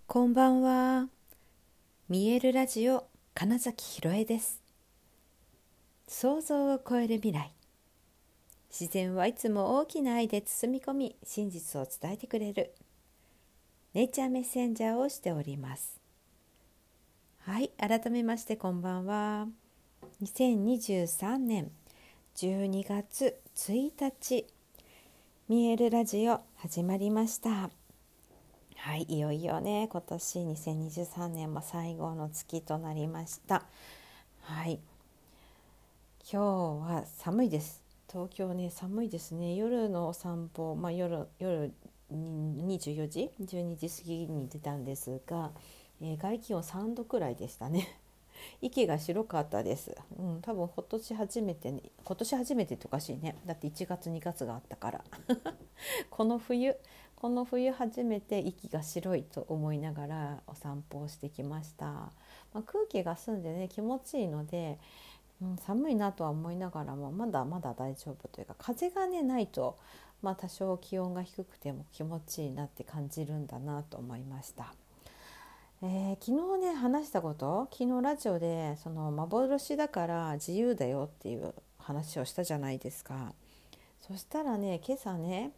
こんばんは。見えるラジオ金崎ひろえです。想像を超える未来。自然はいつも大きな愛で包み込み、真実を伝えてくれるネイチャーメッセンジャーをしております。はい、改めましてこんばんは。2023年12月1日、見えるラジオ始まりました。はい、いよいよね、今年2023年も最後の月となりました。はい、今日は寒いです。東京ね、寒いですね。夜のお散歩、夜24時、12時過ぎに出たんですが、外気温3度くらいでしたね。息が白かったです。多分今年初めてね、今年初めてっておかしいね。だって1月2月があったから。この冬初めて息が白いと思いながらお散歩をしてきました。空気が澄んでね、気持ちいいので、寒いなとは思いながらもまだまだ大丈夫というか、風がねないと、多少気温が低くても気持ちいいなって感じるんだなと思いました。昨日ね話したこと、昨日ラジオでその幻だから自由だよっていう話をしたじゃないですか。そしたらね、今朝ね、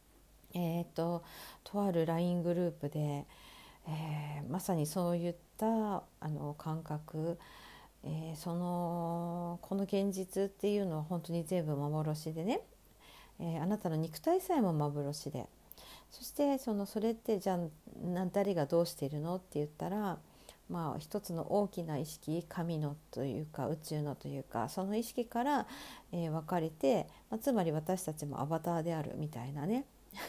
とある LINE グループで、まさにそういった感覚、この現実っていうのは本当に全部幻でね、あなたの肉体さえも幻で、そしてそれってじゃあ誰がどうしているのって言ったら、一つの大きな意識、神のというか宇宙のというか、その意識から、分かれて、つまり私たちもアバターであるみたいなね。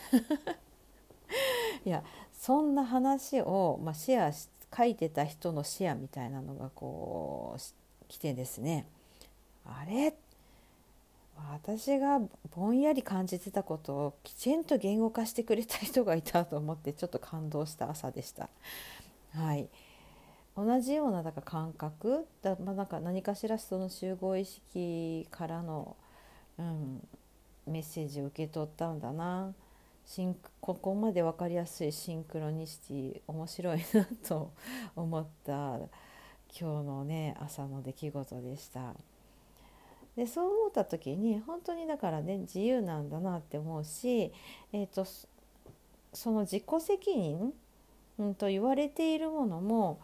いや、そんな話を、シェアし書いてた人のシェアみたいなのが来てですね、あれ、私がぼんやり感じてたことをきちんと言語化してくれた人がいたと思って、ちょっと感動した朝でした。はい、同じようなだから感覚だ、なんか何かしらその集合意識からの、メッセージを受け取ったんだな。ここまで分かりやすいシンクロニシティ面白いなと思った今日のね朝の出来事でした。でそう思った時に本当にだからね、自由なんだなって思うし、その自己責任、と言われているものも、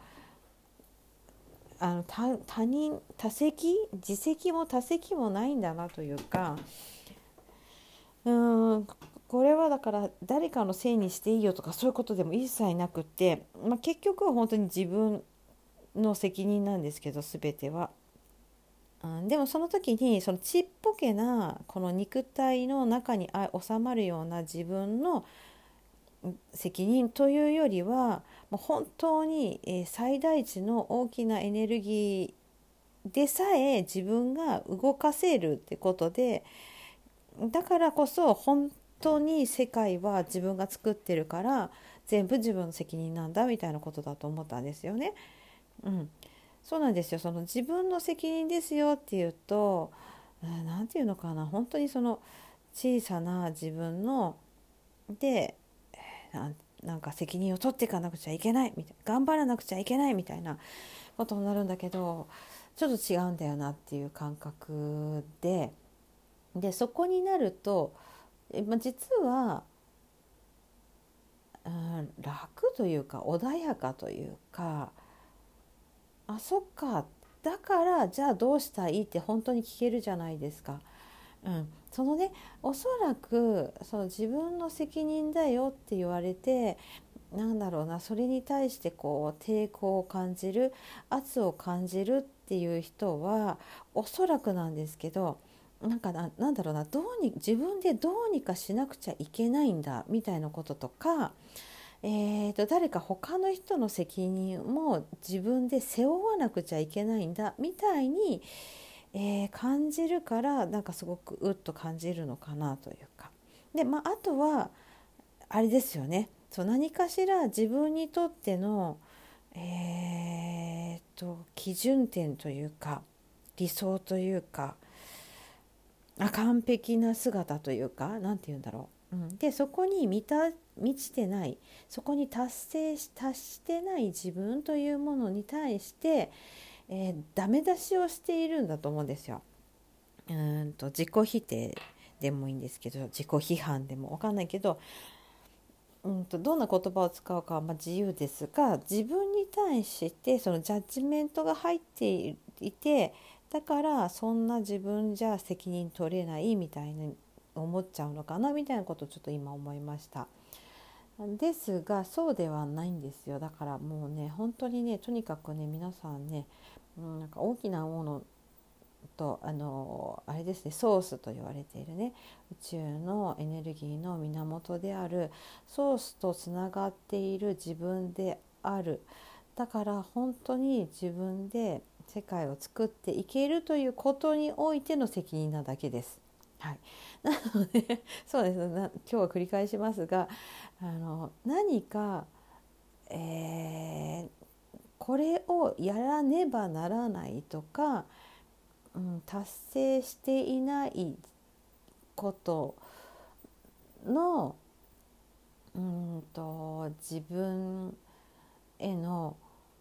他人他責自責も他責もないんだなというか、これはだから誰かのせいにしていいよとかそういうことでも一切なくって、結局は本当に自分の責任なんですけど、全ては。でもその時にそのちっぽけなこの肉体の中に収まるような自分の責任というよりは、もう本当に最大値の大きなエネルギーでさえ自分が動かせるってことで、だからこそ本当に世界は自分が作ってるから全部自分の責任なんだみたいなことだと思ったんですよね。そうなんですよ。その自分の責任ですよっていうと、なんていうのかな、本当にその小さな自分のでなんか責任を取っていかなくちゃいけないみたいな、頑張らなくちゃいけないみたいなことになるんだけど、ちょっと違うんだよなっていう感覚でそこになると、実は、楽というか穏やかというか、そっか、だからじゃあどうしたらいいって本当に聞けるじゃないですか。そのね、おそらくその自分の責任だよって言われて、なんだろうな、それに対して抵抗を感じる、圧を感じるっていう人はおそらくなんですけど、なんだろうな、自分でどうにかしなくちゃいけないんだみたいなこととか、誰か他の人の責任も自分で背負わなくちゃいけないんだみたいに、感じるから、なんかすごくうっと感じるのかなというか。で、あとはあれですよね、何かしら自分にとっての、基準点というか理想というか、完璧な姿というか、なんて言うんだろう、 でそこに満ちてない、そこに達してない自分というものに対して、ダメ出しをしているんだと思うんですよ。自己否定でもいいんですけど、自己批判でも分かんないけど、どんな言葉を使うかは自由ですが、自分に対してそのジャッジメントが入っていて、だからそんな自分じゃ責任取れないみたいに思っちゃうのかなみたいなことをちょっと今思いました。ですがそうではないんですよ。だからもうね、本当にね、とにかくね、皆さんね、なんか大きなものとあれですね、ソースと言われているね、宇宙のエネルギーの源であるソースとつながっている自分である。だから本当に自分で世界を作っていけるということにおいての責任なだけです。はい、なのでそうです、今日は繰り返しますが、何か、これをやらねばならないとか、達成していないことの自分への、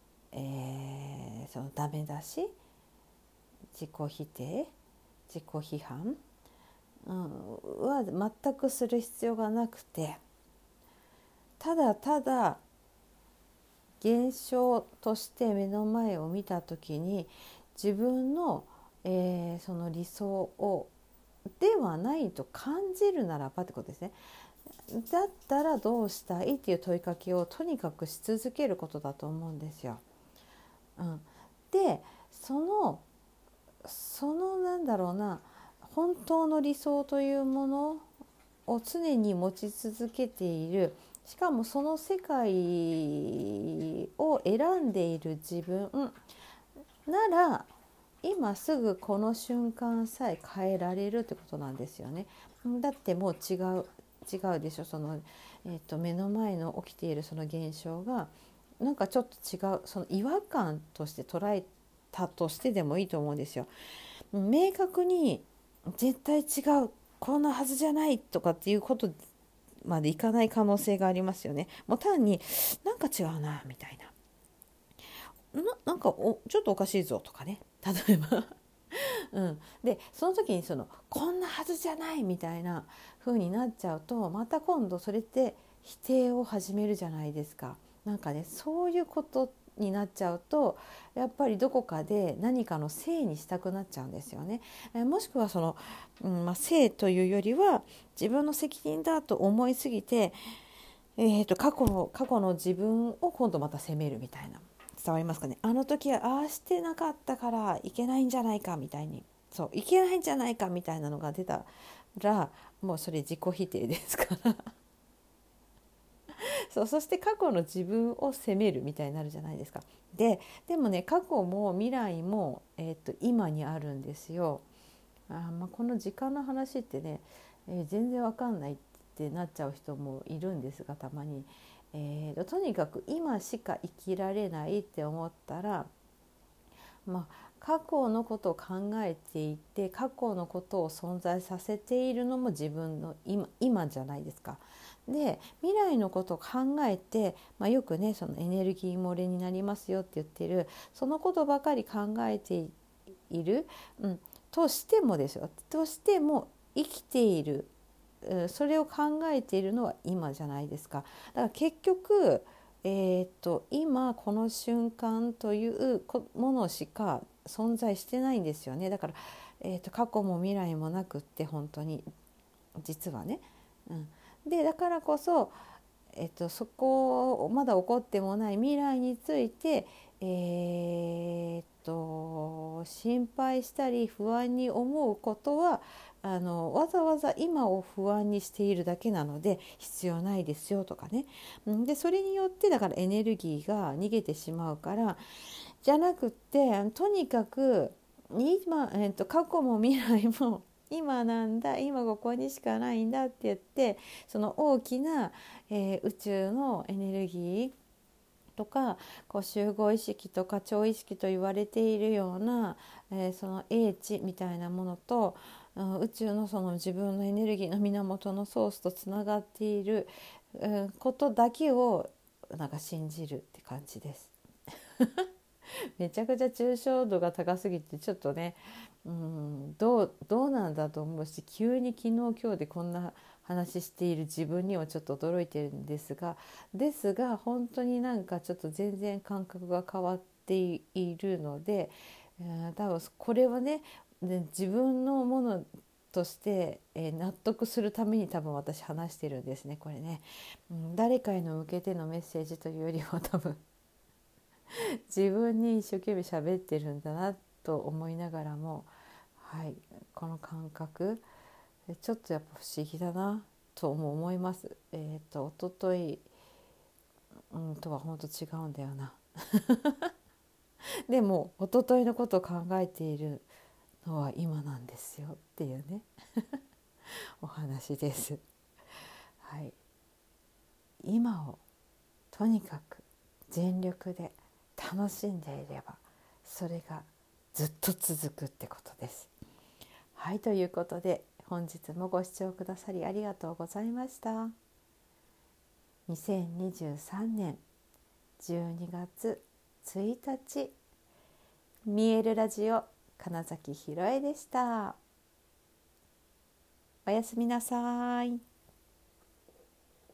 そのダメ出し、自己否定、自己批判、は全くする必要がなくて、ただただ現象として目の前を見た時に自分の、その理想をではないと感じるならばってことですね。だったらどうしたいっていう問いかけをとにかくし続けることだと思うんですよ。でそのなんだろうな、本当の理想というものを常に持ち続けている、しかもその世界を選んでいる自分なら今すぐこの瞬間さえ変えられるってことなんですよね。だってもう違うでしょ。その、目の前の起きているその現象がなんかちょっと違う、その違和感として捉えたとしてでもいいと思うんですよ。明確に絶対違う、こんなはずじゃないとかっていうことまでいかない可能性がありますよね。もう単になんか違うなみたいなんかちょっとおかしいぞとかね、例えばでその時にこんなはずじゃないみたいな風になっちゃうと、また今度それって否定を始めるじゃないですか。なんかね、そういうことになっちゃうとやっぱりどこかで何かのせいにしたくなっちゃうんですよね。もしくはせいというよりは自分の責任だと思いすぎて、過去の自分を今度また責めるみたいな。伝わりますかね。あの時はああしてなかったからいけないんじゃないかみたいに、そういけないんじゃないかみたいなのが出たら、もうそれ自己否定ですからそして過去の自分を責めるみたいになるじゃないですか。でもね、過去も未来も、今にあるんですよ。この時間の話ってね、全然わかんないってなっちゃう人もいるんですが、たまに、とにかく今しか生きられないって思ったら、過去のことを考えていて、過去のことを存在させているのも自分の今じゃないですか。で未来のことを考えて、よくね、そのエネルギー漏れになりますよって言ってる、そのことばかり考えている、としてもですよ、としても生きている、それを考えているのは今じゃないですか。だから結局、今この瞬間というものしか存在してないんですよね。だから、過去も未来もなくって、本当に実はね、でだからこそ、そこまだ起こってもない未来について、心配したり不安に思うことはわざわざ今を不安にしているだけなので必要ないですよとかね。でそれによってだからエネルギーが逃げてしまうから、じゃなくってとにかく今、過去も未来も今なんだ、今ここにしかないんだって言って、その大きな、宇宙のエネルギーとか集合意識とか超意識と言われているような、その英知みたいなものと、 宇宙のその自分のエネルギーの源のソースとつながっている、ことだけをなんか信じるって感じです。めちゃくちゃ抽象度が高すぎてちょっとね、どうなんだと思うし、急に昨日今日でこんな話している自分にはちょっと驚いてるんですが本当になんかちょっと全然感覚が変わっているので、多分これはね自分のものとして、納得するために多分私話してるんですねこれね、誰かへの向けてのメッセージというよりは多分自分に一生懸命喋ってるんだなと思いながらも、はい、この感覚ちょっとやっぱ不思議だなとも思います。一昨日とは本当違うんだよなでも一昨日のことを考えているのは今なんですよっていうねお話です。はい、今をとにかく全力で楽しんでいればそれがずっと続くってことです。はい、ということで本日もご視聴くださりありがとうございました。2023年12月1日見えるラジオ金崎ひろえでした。おやすみなさい。